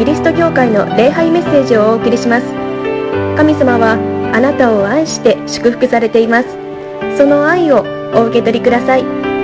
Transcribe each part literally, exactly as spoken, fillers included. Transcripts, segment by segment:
リスト教会の礼拝メッセージをお送りします。神様はあなたを愛して祝福されています。その愛をお受け取りください。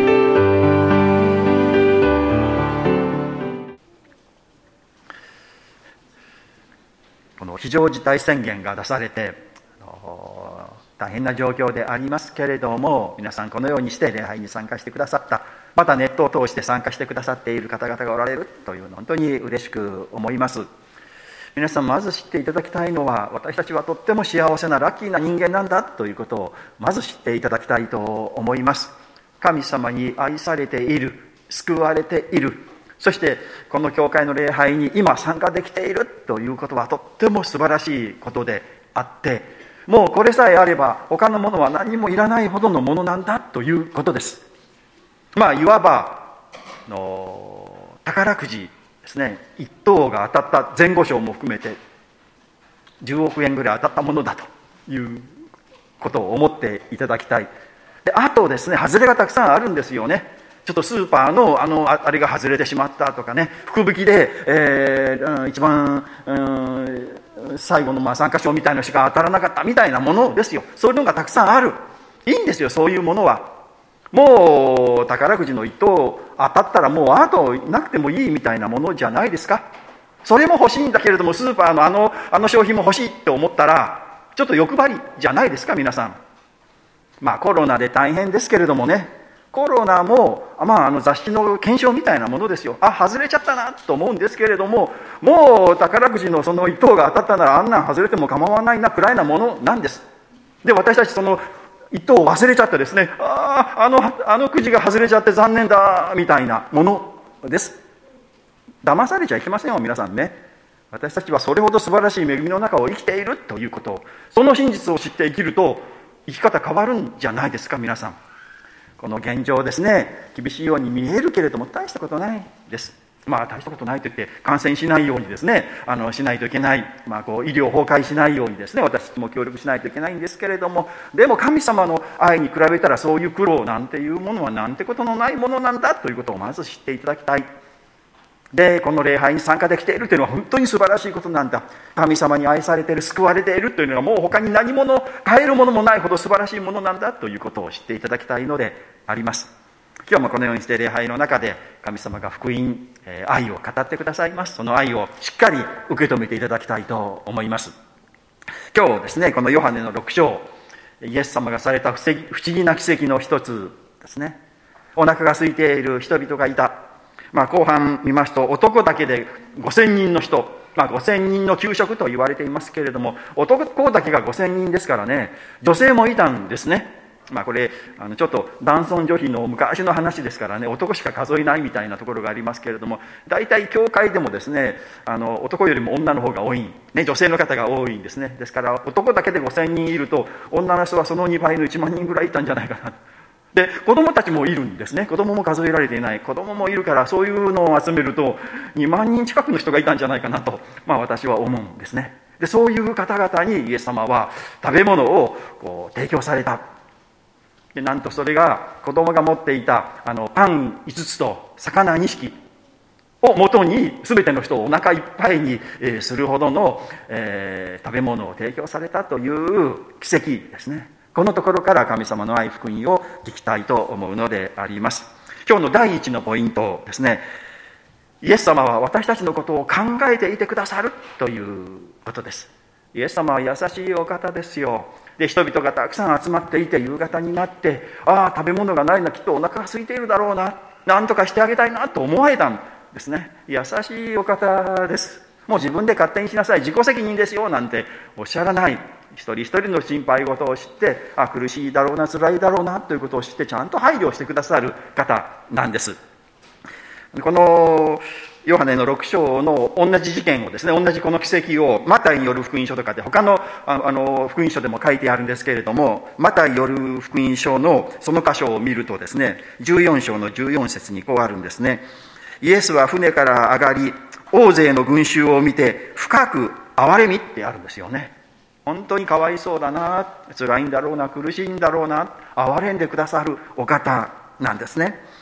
この非常事態宣言が出されて大変な状況でありますけれども、皆さんこのようにして礼拝に参加してくださった、またネットを通して参加してくださっている方々がおられるというのを本当に嬉しく思います。皆さんまず知っていただきたいのは、私たちはとっても幸せなラッキーな人間なんだということをまず知っていただきたいと思います。神様に愛されている、救われている、そしてこの教会の礼拝に今参加できているということはとっても素晴らしいことであって、もうこれさえあれば他のものは何もいらないほどのものなんだということです。まあいわばの宝くじですね、一等が当たった、前後賞も含めてじゅうおくえんぐらい当たったものだということを思っていただきたい。で、あとですね、外れがたくさんあるんですよね。ちょっとスーパーのあのあれが外れてしまったとかね、福引きで、えー、一番、うん、最後のまあ参加賞みたいなのしか当たらなかったみたいなものですよ。そういうのがたくさんある。いいんですよ、そういうものは。もう宝くじの一等当たったらもうあとなくてもいいみたいなものじゃないですか。それも欲しいんだけれども、スーパーのあのあの商品も欲しいって思ったらちょっと欲張りじゃないですか、皆さん。まあコロナで大変ですけれどもね、コロナも、まあ、あの雑誌の検証みたいなものですよ。あ、外れちゃったなと思うんですけれども、もう宝くじのその一等が当たったならあんなん外れても構わないなくらいなものなんです。で、私たちその一等を忘れちゃってですね、ああ、あの、あのくじが外れちゃって残念だみたいなものです。騙されちゃいけませんよ、皆さんね。私たちはそれほど素晴らしい恵みの中を生きているということを、その真実を知って生きると生き方変わるんじゃないですか、皆さん。この現状ですね、厳しいように見えるけれども大したことないです。まあ大したことないと言って感染しないようにですね、あのしないといけない、まあ、こう医療崩壊しないようにですね、私たちも協力しないといけないんですけれども、でも神様の愛に比べたらそういう苦労なんていうものはなんてことのないものなんだということをまず知っていただきたい。で、この礼拝に参加できているというのは本当に素晴らしいことなんだ。神様に愛されている、救われているというのはもう他に何者変えるものもないほど素晴らしいものなんだということを知っていただきたいのであります。今日もこのようにして礼拝の中で神様が福音、えー、愛を語ってくださいます。その愛をしっかり受け止めていただきたいと思います。今日ですね、このヨハネのろく章、イエス様がされた不思議な奇跡の一つですね。お腹が空いている人々がいた。まあ、後半見ますと、男だけでごせんにんの人、まあ、ごせんにんの給食と言われていますけれども、男だけがごせんにんですからね、女性もいたんですね。まあ、これあのちょっと男尊女卑の昔の話ですからね、男しか数えないみたいなところがありますけれども、大体教会でもですね、あの男よりも女の方が多い、ね、女性の方が多いんですね。ですから男だけでごせんにんいると、女の人はそのにばいのいちまんにんぐらいいたんじゃないかな。で、子供たちもいるんですね。子供も数えられていない子供もいるから、そういうのを集めるとにまんにん近くの人がいたんじゃないかなと、まあ私は思うんですね。で、そういう方々にイエス様は食べ物をこう提供された。で、なんとそれが子供が持っていたあのパンいつつと魚にひきを元に全ての人をお腹いっぱいにするほどの、えー、食べ物を提供されたという奇跡ですね。このところから神様の愛福音を聞きたいと思うのであります。今日の第一のポイントですね。イエス様は私たちのことを考えていてくださるということです。イエス様は優しいお方ですよ。で、人々がたくさん集まっていて、夕方になって、ああ、食べ物がないな、きっとお腹が空いているだろうな、なんとかしてあげたいなと思われたんですね。優しいお方です。もう自分で勝手にしなさい、自己責任ですよなんておっしゃらない。一人一人の心配事を知って、あ、苦しいだろうな、辛いだろうなということを知って、ちゃんと配慮してくださる方なんです。このヨハネのろく章の同じ事件をですね、同じこの奇跡をマタイによる福音書とかで他のああの福音書でも書いてあるんですけれども、マタイによる福音書のその箇所を見るとですね、じゅうよん章のじゅうよん節にこうあるんですね。イエスは船から上がり、大勢の群衆を見て深く憐れみってあるんですよね。本当にかわいそうだな、辛いんだろうな、苦しいんだろうな、憐れんでくださるお方なんですね。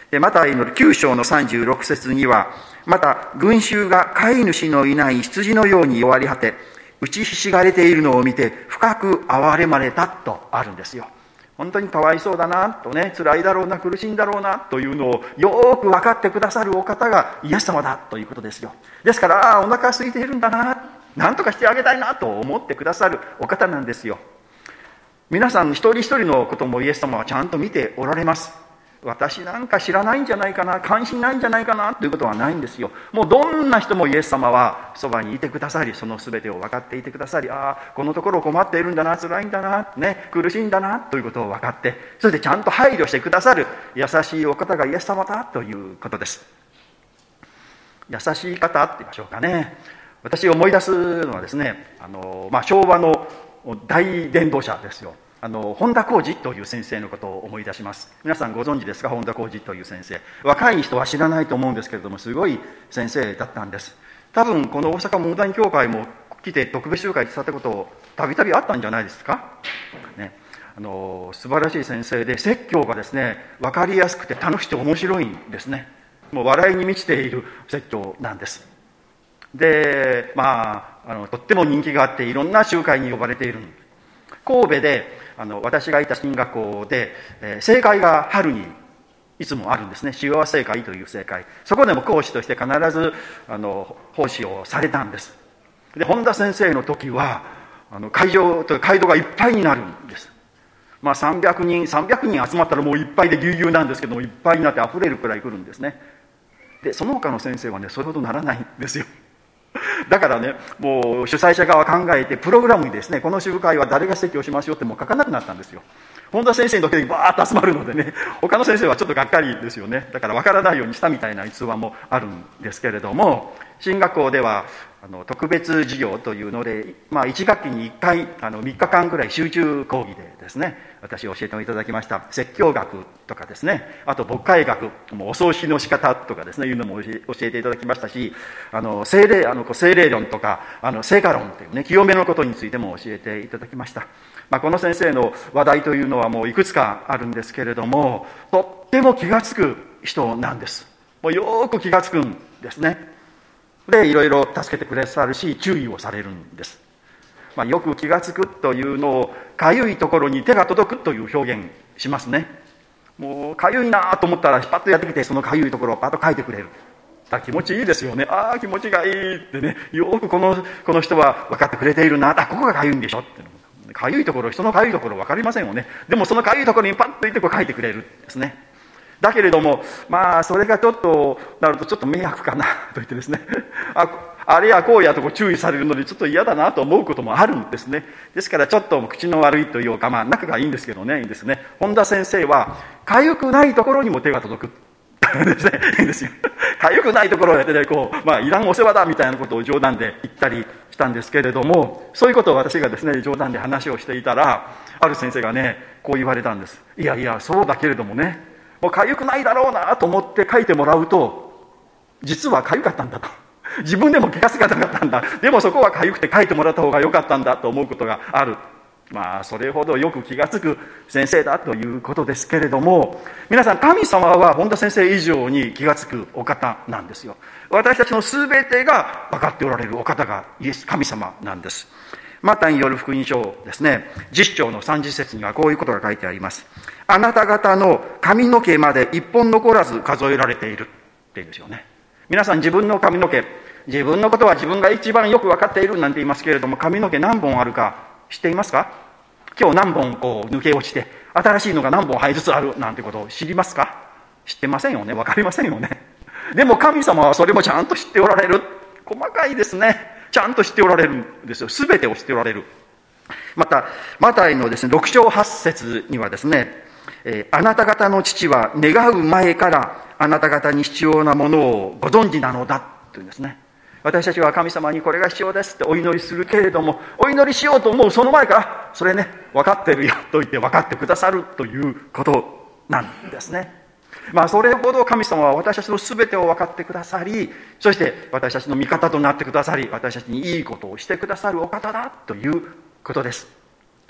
でマタイのきゅう章のさんじゅうろく節には、また群衆が飼い主のいない羊のように弱り果て、打ちひしがれているのを見て深く憐れまれたとあるんですよ。本当にかわいそうだなとね、辛いだろうな、苦しいんだろうなというのをよく分かってくださるお方がイエス様だということですよ。ですから、ああお腹空いているんだな、なんとかしてあげたいなと思ってくださるお方なんですよ。皆さん一人一人のこともイエス様はちゃんと見ておられます。私なんか知らないんじゃないかな、関心ないんじゃないかなということはないんですよ。もうどんな人もイエス様はそばにいてくださり、その全てを分かっていてくださり、ああこのところ困っているんだな、辛いんだな、ね、苦しいんだなということを分かって、そしてちゃんと配慮してくださる優しいお方がイエス様だということです。優しい方って言いましょうかね。私思い出すのはですね、あの、まあ、昭和の大伝道者ですよ。あの本田浩二という先生のことを思い出します。皆さんご存知ですか？本田浩二という先生、若い人は知らないと思うんですけれども、すごい先生だったんです。多分この大阪モダン教会も来て特別集会したってことたびたびあったんじゃないですかね。あの素晴らしい先生で、説教がですね分かりやすくて楽しくて面白いんですね。もう笑いに満ちている説教なんです。でまあ、あのとっても人気があって、いろんな集会に呼ばれている。神戸であの私がいた進学校で、えー、聖会が春にいつもあるんですね。幸せ聖会という聖会、そこでも講師として必ずあの奉仕をされたんです。で本田先生の時はあの会場と会場がいっぱいになるんです。まあさんびゃくにんさんびゃくにん集まったらもういっぱいでぎゅうぎゅうなんですけども、いっぱいになってあふれるくらい来るんですね。でその他の先生はねそれほどならないんですよ。だからね、もう主催者側考えてプログラムにですね、この集会は誰が説教しましょうってもう書かなくなったんですよ。本田先生の時にバーッと集まるのでね、他の先生はちょっとがっかりですよね。だから分からないようにしたみたいな逸話もあるんですけれども、進学校ではあの特別授業というので、まあ、いち学期にいっかいあのみっかかんぐらい集中講義でですね、私教えていただきました。説教学とかですね、あと牧会学、もうお葬式の仕方とかですね、いうのも教え教えていただきましたし、あの聖霊あの聖霊論とかあの聖火論というね、清めのことについても教えていただきました。まあ、この先生の話題というのはもういくつかあるんですけれども、とっても気がつく人なんです。もうよく気がつくんですね。でいろいろ助けてくださるし、注意をされるんです。まあ、よく気がつくというのを、かゆいところに手が届くという表現しますね。もうかゆいなと思ったらパッとやってきて、そのかゆいところをパッと書いてくれる。だ気持ちいいですよね。ああ気持ちがいいってね、よくこのこの人は分かってくれているな、あここがかゆいんでしょって。かゆいところ、人のかゆいところ分かりませんよね。でもそのかゆいところにパッといってこう書いてくれるんですね。だけれども、まあそれがちょっとなるとちょっと迷惑かなと言ってですね、ああれやこうやとこう注意されるのでちょっと嫌だなと思うこともあるんですね。ですからちょっと口の悪いというか、まあ仲がいいんですけどね、いいんですね。本田先生はかゆくないところにも手が届くですね、いいんですよ。かゆくないところをやってね、こうまあいらんお世話だみたいなことを冗談で言ったりしたんですけれども、そういうことを私がですね冗談で話をしていたら、ある先生がねこう言われたんです。いやいやそうだけれどもね、もうかゆくないだろうなと思って書いてもらうと、実はかゆかったんだと。自分でも気がつかなかったんだ。でもそこはかゆくて書いてもらった方が良かったんだと思うことがある。まあそれほどよく気がつく先生だということですけれども、皆さん神様は本田先生以上に気がつくお方なんですよ。私たちの全てが分かっておられるお方がイエス神様なんです。マタイによる福音書ですね、じゅっ章のさんじゅっ節にはこういうことが書いてあります。あなた方の髪の毛まで一本残らず数えられているって言うんですよね。皆さん自分の髪の毛、自分のことは自分が一番よく分かっているなんて言いますけれども、髪の毛何本あるか知っていますか？今日何本こう抜け落ちて新しいのが何本生えつつあるなんてことを知りますか？知ってませんよね。分かりませんよね。でも神様はそれもちゃんと知っておられる。細かいですね。ちゃんと知っておられるんですよ。全てを知っておられる。またマタイのですねろく章はち節にはですね、えー、あなた方の父は願う前からあなた方に必要なものをご存知なのだというんですね。私たちは神様にこれが必要ですってお祈りするけれども、お祈りしようと思うその前からそれね分かってるよと言って分かってくださるということなんですね。まあそれほど神様は私たちの全てを分かってくださり、そして私たちの味方となってくださり、私たちにいいことをしてくださるお方だということです。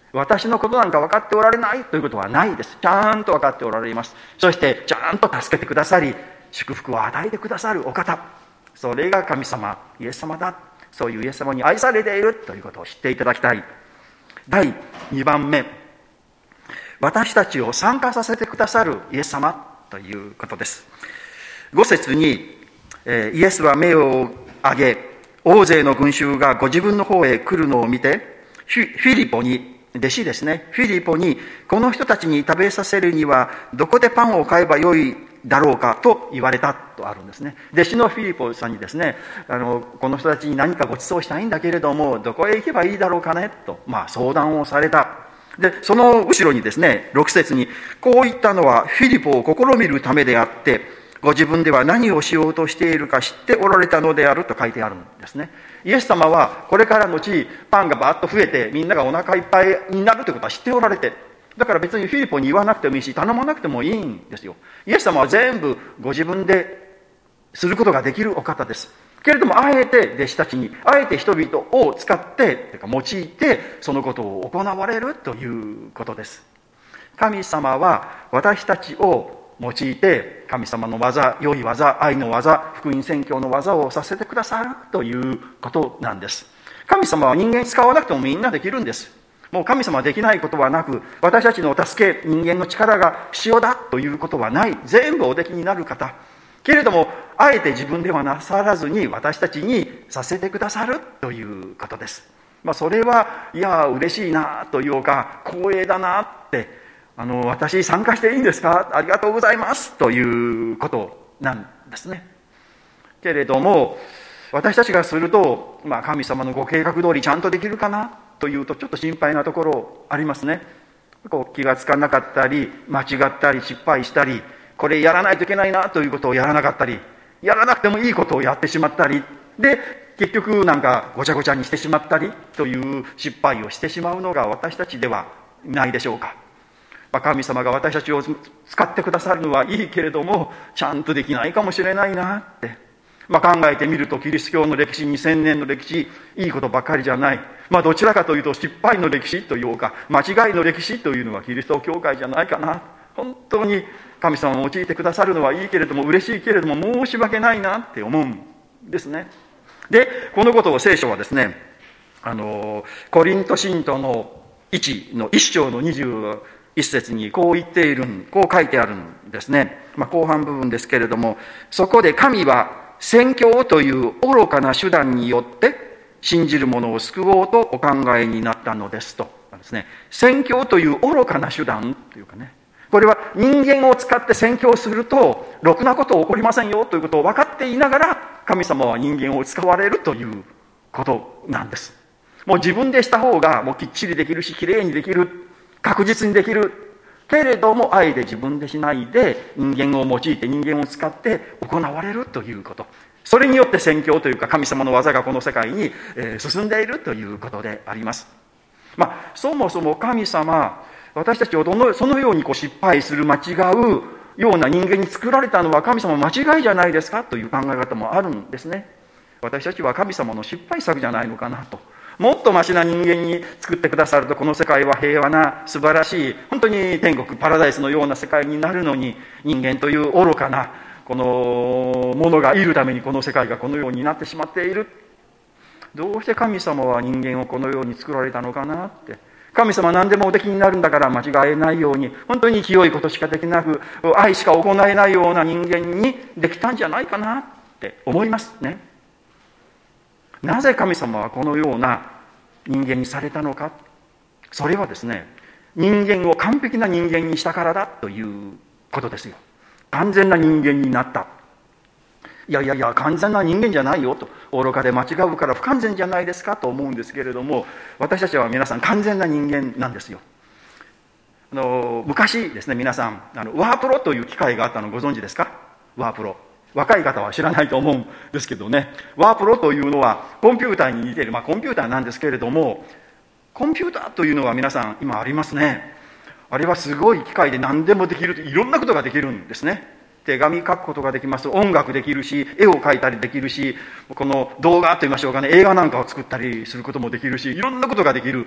私のことなんか分かっておられないということはないです。ちゃんと分かっておられます。そしてちゃんと助けてくださり、祝福を与えてくださるお方、それが神様イエス様だ。そういうイエス様に愛されているということを知っていただきたい。だいにばんめ、私たちを参加させてくださるイエス様ということです。ご節に、えー、イエスは目を上げ、大勢の群衆がご自分の方へ来るのを見て、フィリポに、弟子ですね、フィリポに、この人たちに食べさせるにはどこでパンを買えばよいだろうかと言われたとあるんですね。弟子のフィリポさんにですね、あのこの人たちに何かご馳走したいんだけれどもどこへ行けばいいだろうかねと、まあ、相談をされた。でその後ろにですね、ろく節にこう言ったのはフィリポを試みるためであって、ご自分では何をしようとしているか知っておられたのであると書いてあるんですね。イエス様はこれからのちパンがバーッと増えてみんながお腹いっぱいになるということは知っておられて、だから別にフィリポに言わなくてもいいし頼まなくてもいいんですよ。イエス様は全部ご自分ですることができるお方です。けれどもあえて弟子たちに、あえて人々を使ってというか用いてそのことを行われるということです。神様は私たちを用いて神様の技、良い技、愛の技、福音宣教の技をさせてくださるということなんです。神様は人間使わなくてもみんなできるんです。もう神様はできないことはなく、私たちの助け、人間の力が必要だということはない。全部おできになる方。けれども、あえて自分ではなさらずに私たちにさせてくださるということです。まあ、それは、いや、嬉しいなというか、光栄だなって、あの、私参加していいんですか？ありがとうございますということなんですね。けれども、私たちがすると、まあ、神様のご計画通りちゃんとできるかなというとちょっと心配なところありますね。こう気がつかなかったり間違ったり失敗したり、これやらないといけないなということをやらなかったり、やらなくてもいいことをやってしまったりで、結局なんかごちゃごちゃにしてしまったりという失敗をしてしまうのが私たちではないでしょうか。まあ、神様が私たちを使ってくださるのはいいけれどもちゃんとできないかもしれないなって、まあ、考えてみるとキリスト教の歴史、にせんねんの歴史、いいことばかりじゃない、まあ、どちらかというと失敗の歴史というか間違いの歴史というのはキリスト教会じゃないかな。本当に神様を用いてくださるのはいいけれども嬉しいけれども申し訳ないなって思うんですね。でこのことを聖書はですね、あのコリント信徒のいちのいっ章のにじゅういっ節にこう言っている、こう書いてあるんですね。まあ、後半部分ですけれども、そこで神は宣教という愚かな手段によって信じる者を救おうとお考えになったのですとですね。宣教という愚かな手段というかね、これは人間を使って宣教するとろくなこと起こりませんよということを分かっていながら神様は人間を使われるということなんです。もう自分でした方がもうきっちりできるしきれいにできる、確実にできるけれどもあえて自分でしないで人間を用いて人間を使って行われるということ、それによって宣教というか神様の技がこの世界に進んでいるということであります。まあ、そもそも神様、私たちをどのそのようにこう失敗する、間違うような人間に作られたのは神様間違いじゃないですかという考え方もあるんですね。私たちは神様の失敗作じゃないのかなと。もっとマシな人間に作ってくださるとこの世界は平和な素晴らしい本当に天国パラダイスのような世界になるのに、人間という愚かなこのものがいるためにこの世界がこのようになってしまっている。どうして神様は人間をこのように作られたのかなって。神様は何でもおできになるんだから間違えないように、本当に清いことしかできなく愛しか行えないような人間にできたんじゃないかなって思いますね。なぜ神様はこのような人間にされたのか。それはですね、人間を完璧な人間にしたからだということですよ。完全な人間になった。いやいやいや完全な人間じゃないよと、愚かで間違うから不完全じゃないですかと思うんですけれども、私たちは皆さん完全な人間なんですよ。あの昔ですね、皆さんあのワープロという機械があったのご存知ですか？ワープロ、若い方は知らないと思うんですけどね、ワープロというのはコンピューターに似ている、まあコンピューターなんですけれども、コンピューターというのは皆さん今ありますね。あれはすごい機械で何でもできる、いろんなことができるんですね。手紙書くことができます。音楽できるし、絵を描いたりできるし、この動画と言いましょうかね、映画なんかを作ったりすることもできるし、いろんなことができる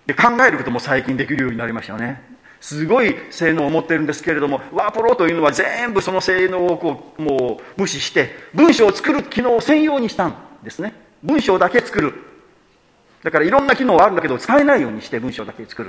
で、考えることも最近できるようになりましたよね。すごい性能を持ってるんですけれども、ワープロというのは全部その性能をこうもう無視して文章を作る機能を専用にしたんですね。文章だけ作る。だからいろんな機能はあるんだけど使えないようにして文章だけ作る。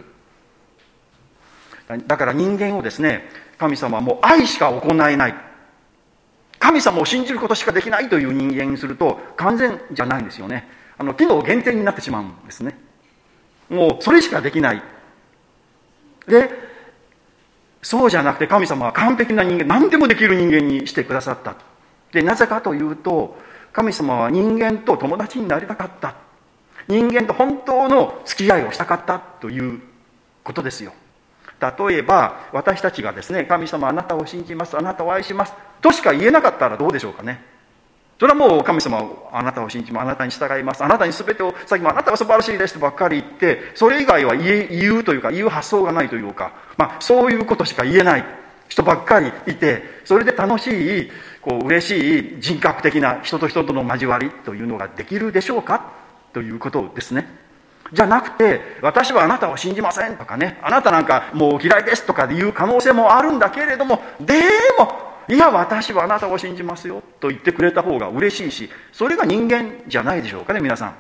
だから人間をですね、神様はもう愛しか行えない、神様を信じることしかできないという人間にすると完全じゃないんですよね。あの機能限定になってしまうんですね。もうそれしかできない。で、そうじゃなくて神様は完璧な人間、何でもできる人間にしてくださった。で、なぜかというと、神様は人間と友達になりたかった。人間と本当の付き合いをしたかったということですよ。例えば私たちがですね、神様あなたを信じます、あなたを愛しますとしか言えなかったらどうでしょうかね。それはもう神様はあなたを信じます、あなたに従います、あなたに全てをさっきもあなたは素晴らしいですとばっかり言って、それ以外は言え言うというか言う発想がないというか、まあそういうことしか言えない人ばっかりいて、それで楽しいこう嬉しい人格的な人と人との交わりというのができるでしょうかということですね。じゃなくて、私はあなたを信じませんとかね、あなたなんかもう嫌いですとかいう可能性もあるんだけれども、でもいや私はあなたを信じますよと言ってくれた方が嬉しいし、それが人間じゃないでしょうかね。皆さん、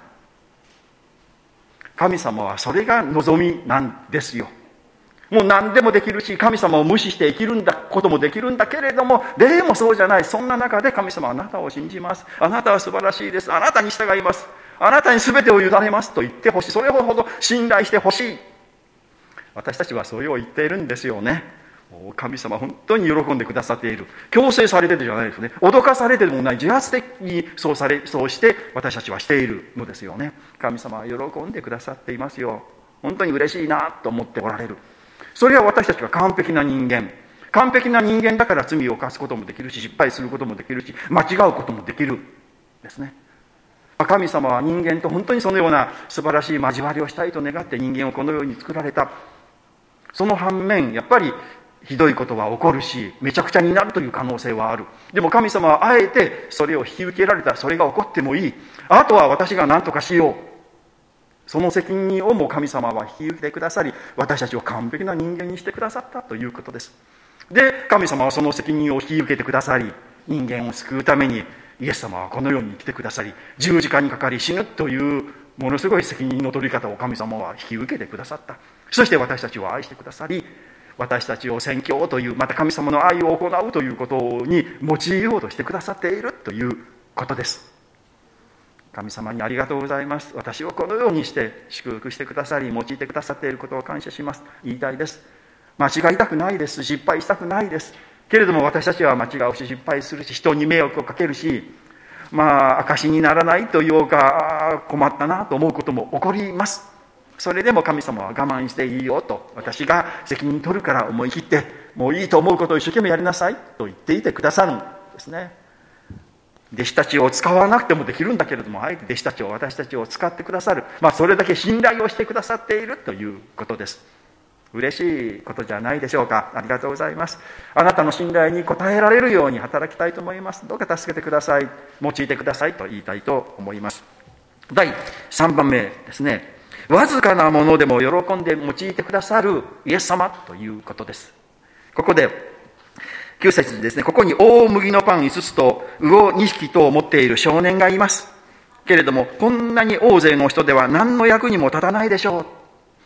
神様はそれが望みなんですよ。もう何でもできるし、神様を無視して生きるんだこともできるんだけれども、でもそうじゃない。そんな中で神様はあなたを信じます、あなたは素晴らしいです、あなたに従います、あなたに全てを委ねますと言ってほしい。それほど信頼してほしい。私たちはそれを言っているんですよね。神様本当に喜んでくださっている。強制されてるじゃないですね。脅かされてでもない、自発的にそうされそうして私たちはしているのですよね。神様は喜んでくださっていますよ。本当に嬉しいなと思っておられる。それは私たちが完璧な人間、完璧な人間だから罪を犯すこともできるし、失敗することもできるし、間違うこともできるですね。神様は人間と本当にそのような素晴らしい交わりをしたいと願って人間をこのように作られた。その反面やっぱりひどいことは起こるし、めちゃくちゃになるという可能性はある。でも神様はあえてそれを引き受けられた。それが起こってもいい、あとは私が何とかしよう、その責任をも神様は引き受けてくださり、私たちを完璧な人間にしてくださったということです。で、神様はその責任を引き受けてくださり、人間を救うためにイエス様はこの世に来てくださり、十字架にかかり死ぬというものすごい責任の取り方を神様は引き受けてくださった。そして私たちを愛してくださり、私たちを宣教という、また神様の愛を行うということに用いようとしてくださっているということです。神様にありがとうございます。私をこのようにして祝福してくださり、用いてくださっていることを感謝します。言いたいです。間違いたくないです。失敗したくないです。けれども私たちは間違うし、失敗するし、人に迷惑をかけるし、まあ証にならないというか困ったなと思うことも起こります。それでも神様は我慢していいよと、私が責任取るから思い切ってもういいと思うことを一生懸命やりなさいと言っていてくださるんですね。弟子たちを使わなくてもできるんだけれども、あえて弟子たちを、私たちを使ってくださる、まあそれだけ信頼をしてくださっているということです。嬉しいことじゃないでしょうか。ありがとうございます。あなたの信頼に応えられるように働きたいと思います。どうか助けてください、用いてくださいと言いたいと思います。だいさんばんめですね。わずかなものでも喜んで用いてくださるイエス様ということです。ここできゅう節ですね、ここに大麦のパンいつつと魚にひきとを持っている少年がいます。けれどもこんなに大勢の人では何の役にも立たないでしょう。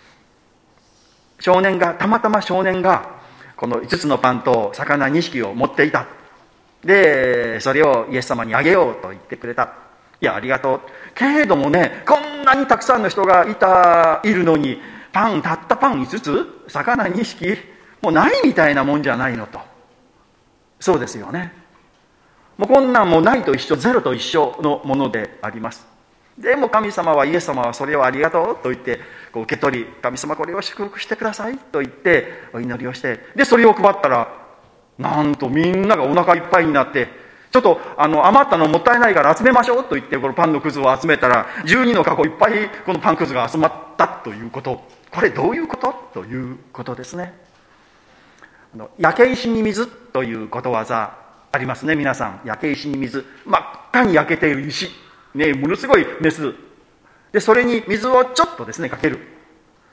少年が、たまたま少年がこのいつつのパンと魚にひきを持っていた。でそれをイエス様にあげようと言ってくれた。いやありがとう。けれどもね、こんなにたくさんの人がいたいるのにパンたったパンいつつ魚にひきもうないみたいなもんじゃないのと。そうですよね。もうこんなんもないと一緒、ゼロと一緒のものであります。でも神様は、イエス様はそれをありがとうと言ってこう受け取り、神様これを祝福してくださいと言ってお祈りをして、でそれを配ったらなんとみんながお腹いっぱいになって、ちょっとあの余ったのもったいないから集めましょうと言ってこのパンのくずを集めたらじゅうにの箱いっぱいこのパンくずが集まったということ、これどういうことということですね。あの焼け石に水ということわざありますね。皆さん、焼け石に水、真っ赤に焼けている石、ね、ものすごい熱で、それに水をちょっとですねかける。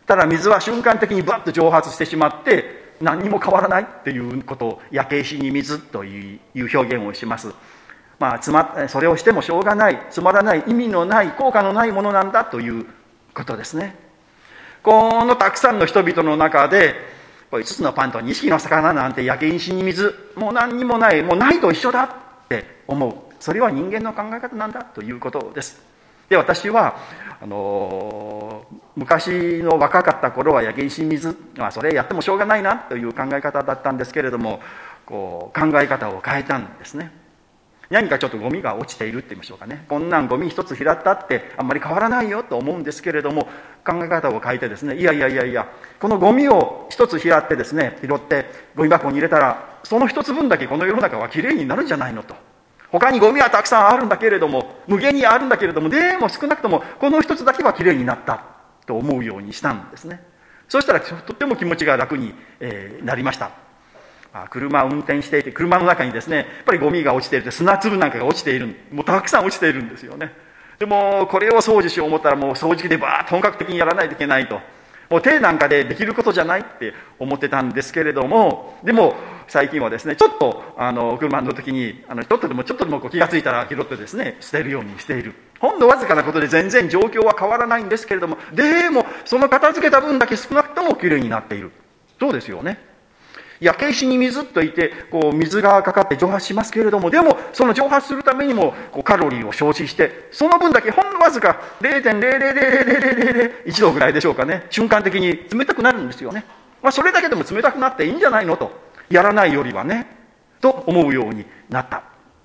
ただ水は瞬間的にバッと蒸発してしまって何にも変わらないっていうことを焼け石に水という表現をします。まあ、つまそれをしてもしょうがない、つまらない、意味のない、効果のないものなんだということですね。このたくさんの人々の中でいつつのパンとにひきの魚なんて焼け石に水、もう何にもない、もうないと一緒だって思う。それは人間の考え方なんだということです。で、私はあのー、昔の若かった頃は焼け石に水、まあ、それやってもしょうがないなという考え方だったんですけれども、こう考え方を変えたんですね。何かちょっとゴミが落ちているって言いましょうかね、こんなんゴミ一つ拾ったってあんまり変わらないよと思うんですけれども、考え方を変えてですね、いやいやいやいや、このゴミを一つ拾ってですね、拾ってゴミ箱に入れたらその一つ分だけこの世の中はきれいになるんじゃないのと。他にゴミはたくさんあるんだけれども、無限にあるんだけれども、でも少なくともこの一つだけはきれいになったと思うようにしたんですね。そうしたらとっても気持ちが楽に、えー、なりました。車を運転していて、車の中にですね、やっぱりゴミが落ちている、砂粒なんかが落ちている、もうたくさん落ちているんですよね。でもこれを掃除しよう思ったらもう掃除機でバーッと本格的にやらないといけないと、もう手なんかでできることじゃないって思ってたんですけれども、でも最近はですね、ちょっとあの車の時にあのちょっとでもちょっとでもこう気がついたら拾ってですね、捨てるようにしている。ほんのわずかなことで全然状況は変わらないんですけれども、でもその片付けた分だけ少なくともきれいになっている。そうですよね。焼け石に水といってこう水がかかって蒸発しますけれども、でもその蒸発するためにもこうカロリーを消費して、その分だけほんのわずか ゼロてんゼロゼロゼロゼロゼロゼロゼロいち 度ぐらいでしょうかね、瞬間的に冷たくなるんですよね。まあ、それだけでも冷たくなっていいんじゃないのと、やらないよりはねと思うようになった。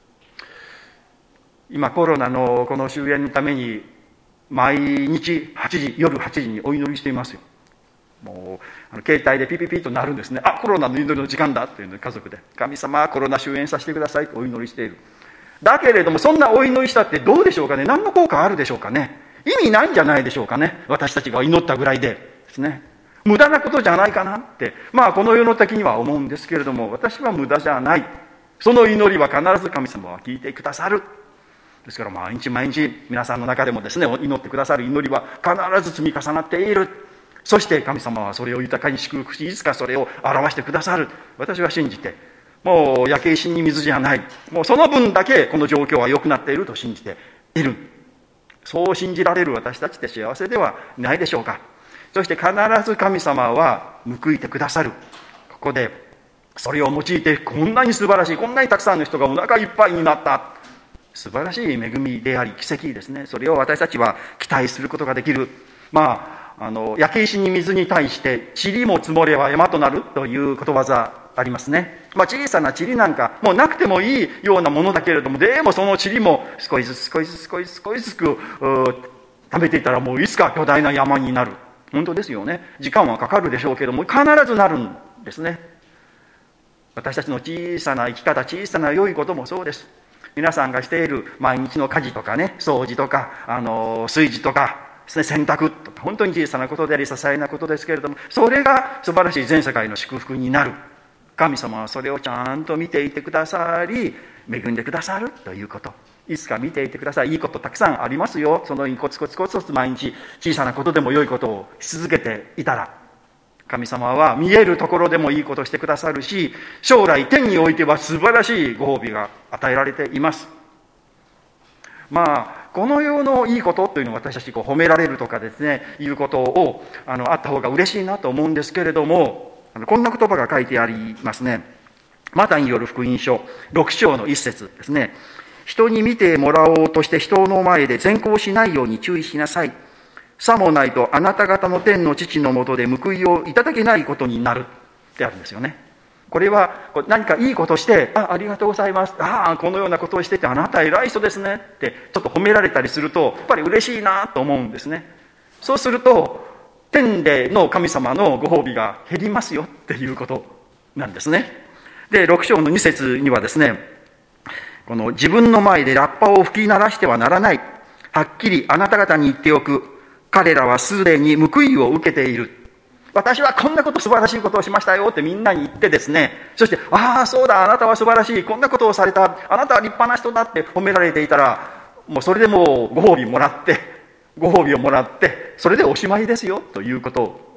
今コロナのこの終焉のために毎日はちじ、夜はちじにお祈りしていますよ。もうあの携帯でピピピとなるんですね。あ、コロナの祈りの時間だっていうので、家族で神様コロナ終焉させてくださいとお祈りしている。だけれどもそんなお祈りしたってどうでしょうかね、何の効果あるでしょうかね、意味ないんじゃないでしょうかね、私たちが祈ったぐらいでですね、無駄なことじゃないかなって、まあこの世の時には思うんですけれども、私は無駄じゃない。その祈りは必ず神様は聞いてくださる。ですから毎日毎日皆さんの中でもですね、祈ってくださる祈りは必ず積み重なっている。そして神様はそれを豊かに祝福し、いつかそれを表してくださる。私は信じて、もう焼け石に水じゃない、もうその分だけこの状況は良くなっていると信じている。そう信じられる私たちって幸せではないでしょうか。そして必ず神様は報いてくださる。ここでそれを用いて、こんなに素晴らしい、こんなにたくさんの人がお腹いっぱいになった、素晴らしい恵みであり奇跡ですね。それを私たちは期待することができる。まああの焼け石に水に対して塵も積もれば山となるということわざありますね。まあ、小さな塵なんかもうなくてもいいようなものだけれども、でもその塵も少しずつ少しずつ少しずつ少しずつ食べていたら、もういつか巨大な山になる。本当ですよね。時間はかかるでしょうけども必ずなるんですね。私たちの小さな生き方、小さな良いこともそうです。皆さんがしている毎日の家事とかね、掃除とかあの炊事とか洗濯とか、本当に小さなことであり些細なことですけれども、それが素晴らしい全世界の祝福になる。神様はそれをちゃんと見ていてくださり、恵んでくださるということ。いつか見ていてください。いいことたくさんありますよ。そのコツコツコツコツ毎日小さなことでも良いことをし続けていたら、神様は見えるところでもいいことをしてくださるし、将来天においては素晴らしいご褒美が与えられています。まあこの世のいいことというのを私たちこう褒められるとかですね、いうことをあのあった方が嬉しいなと思うんですけれども、あのこんな言葉が書いてありますね。マタイによる福音書ろく章の一節ですね。人に見てもらおうとして人の前で善行しないように注意しなさい。さもないとあなた方の天の父のもとで報いをいただけないことになるってあるんですよね。これは何かいいことして、あ、ありがとうございます、ああこのようなことをしててあなた偉い人ですねってちょっと褒められたりすると、やっぱり嬉しいなと思うんですね。そうすると天での神様のご褒美が減りますよっていうことなんですね。でろく章のに節にはですね、この自分の前でラッパを吹き鳴らしてはならない、はっきりあなた方に言っておく、彼らはすでに報いを受けている。私はこんなこと素晴らしいことをしましたよってみんなに言ってですね、そしてああそうだあなたは素晴らしい、こんなことをされた、あなたは立派な人だって褒められていたら、もうそれでもうご褒美もらってご褒美をもらってそれでおしまいですよということ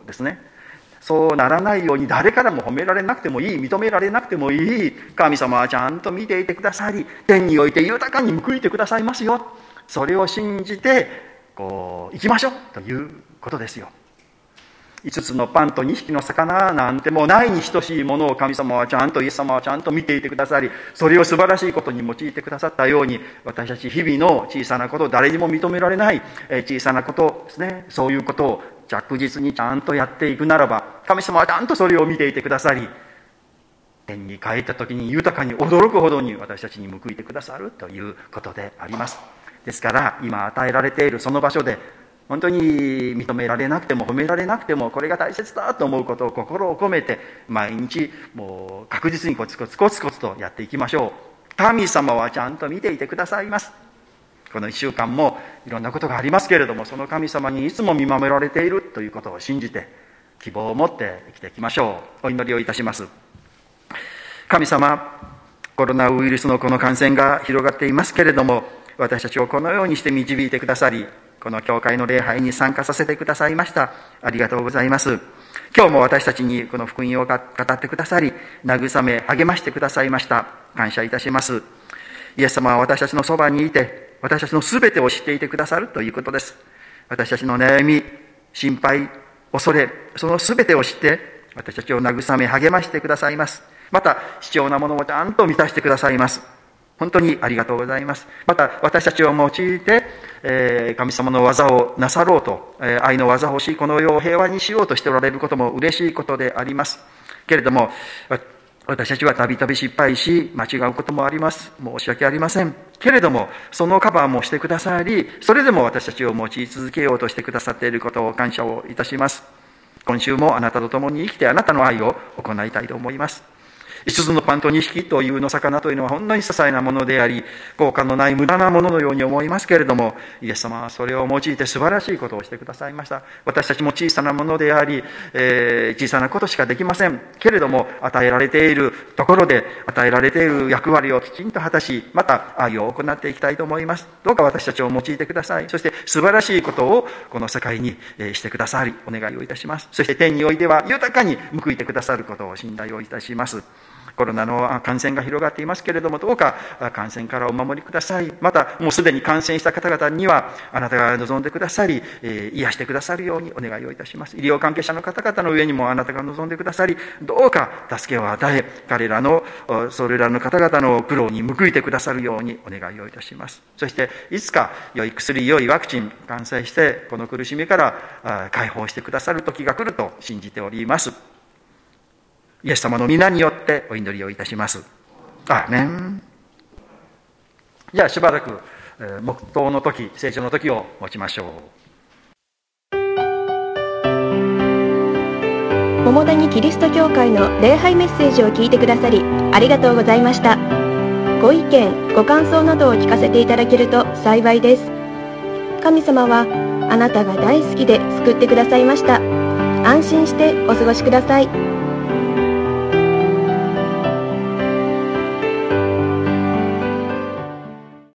ですね。そうならないように誰からも褒められなくてもいい、認められなくてもいい、神様はちゃんと見ていてくださり、天において豊かに報いてくださいますよ。それを信じてこう行きましょうということですよ。五つのパンと二匹の魚なんてもうないに等しいものを神様はちゃんと、イエス様はちゃんと見ていてくださり、それを素晴らしいことに用いてくださったように、私たち日々の小さなこと、誰にも認められない小さなことですね、そういうことを着実にちゃんとやっていくならば、神様はちゃんとそれを見ていてくださり、天に帰った時に豊かに驚くほどに私たちに報いてくださるということであります。ですから今与えられているその場所で、本当に認められなくても褒められなくてもこれが大切だと思うことを心を込めて毎日もう確実にコツコツコツコツとやっていきましょう。神様はちゃんと見ていてくださいます。このいっしゅうかんもいろんなことがありますけれども、その神様にいつも見守られているということを信じて希望を持って生きていきましょう。お祈りをいたします。神様、コロナウイルスのこの感染が広がっていますけれども、私たちをこのようにして導いてくださり、この教会の礼拝に参加させてくださいました。ありがとうございます。今日も私たちにこの福音を語ってくださり、慰め励ましてくださいました。感謝いたします。イエス様は私たちのそばにいて、私たちのすべてを知っていてくださるということです。私たちの悩み、心配、恐れ、そのすべてを知って私たちを慰め励ましてくださいます。また必要なものをちゃんと満たしてくださいます。本当にありがとうございます。また私たちを用いて、えー、神様の技をなさろうと、えー、愛の技をし、この世を平和にしようとしておられることも嬉しいことでありますけれども、私たちはたびたび失敗し間違うこともあります。申し訳ありませんけれども、そのカバーもしてくださり、それでも私たちを用い続けようとしてくださっていることを感謝をいたします。今週もあなたと共に生きてあなたの愛を行いたいと思います。五つのパンと二匹というの魚というのはほんのに些細なものであり、効果のない無駄なもののように思いますけれども、イエス様はそれを用いて素晴らしいことをしてくださいました。私たちも小さなものであり、えー、小さなことしかできませんけれども、与えられているところで与えられている役割をきちんと果たし、また愛を行っていきたいと思います。どうか私たちを用いてください。そして素晴らしいことをこの世界にしてくださり、お願いをいたします。そして天においては豊かに報いてくださることを信頼をいたします。コロナの感染が広がっていますけれども、どうか感染からお守りください。またもうすでに感染した方々にはあなたが望んでくださり、えー、癒してくださるようにお願いをいたします。医療関係者の方々の上にもあなたが望んでくださり、どうか助けを与え、彼らのそれらの方々の苦労に報いてくださるようにお願いをいたします。そしていつか良い薬、良いワクチン完成してこの苦しみから解放してくださる時が来ると信じております。イエス様の皆によってお祈りをいたします。アーメン。じゃあしばらく黙祷の時、聖書の時を持ちましょう。 桃谷キリスト教会の礼拝メッセージを聞いてくださりありがとうございました。ご意見ご感想などを聞かせていただけると幸いです。神様はあなたが大好きで救ってくださいました。安心してお過ごしください。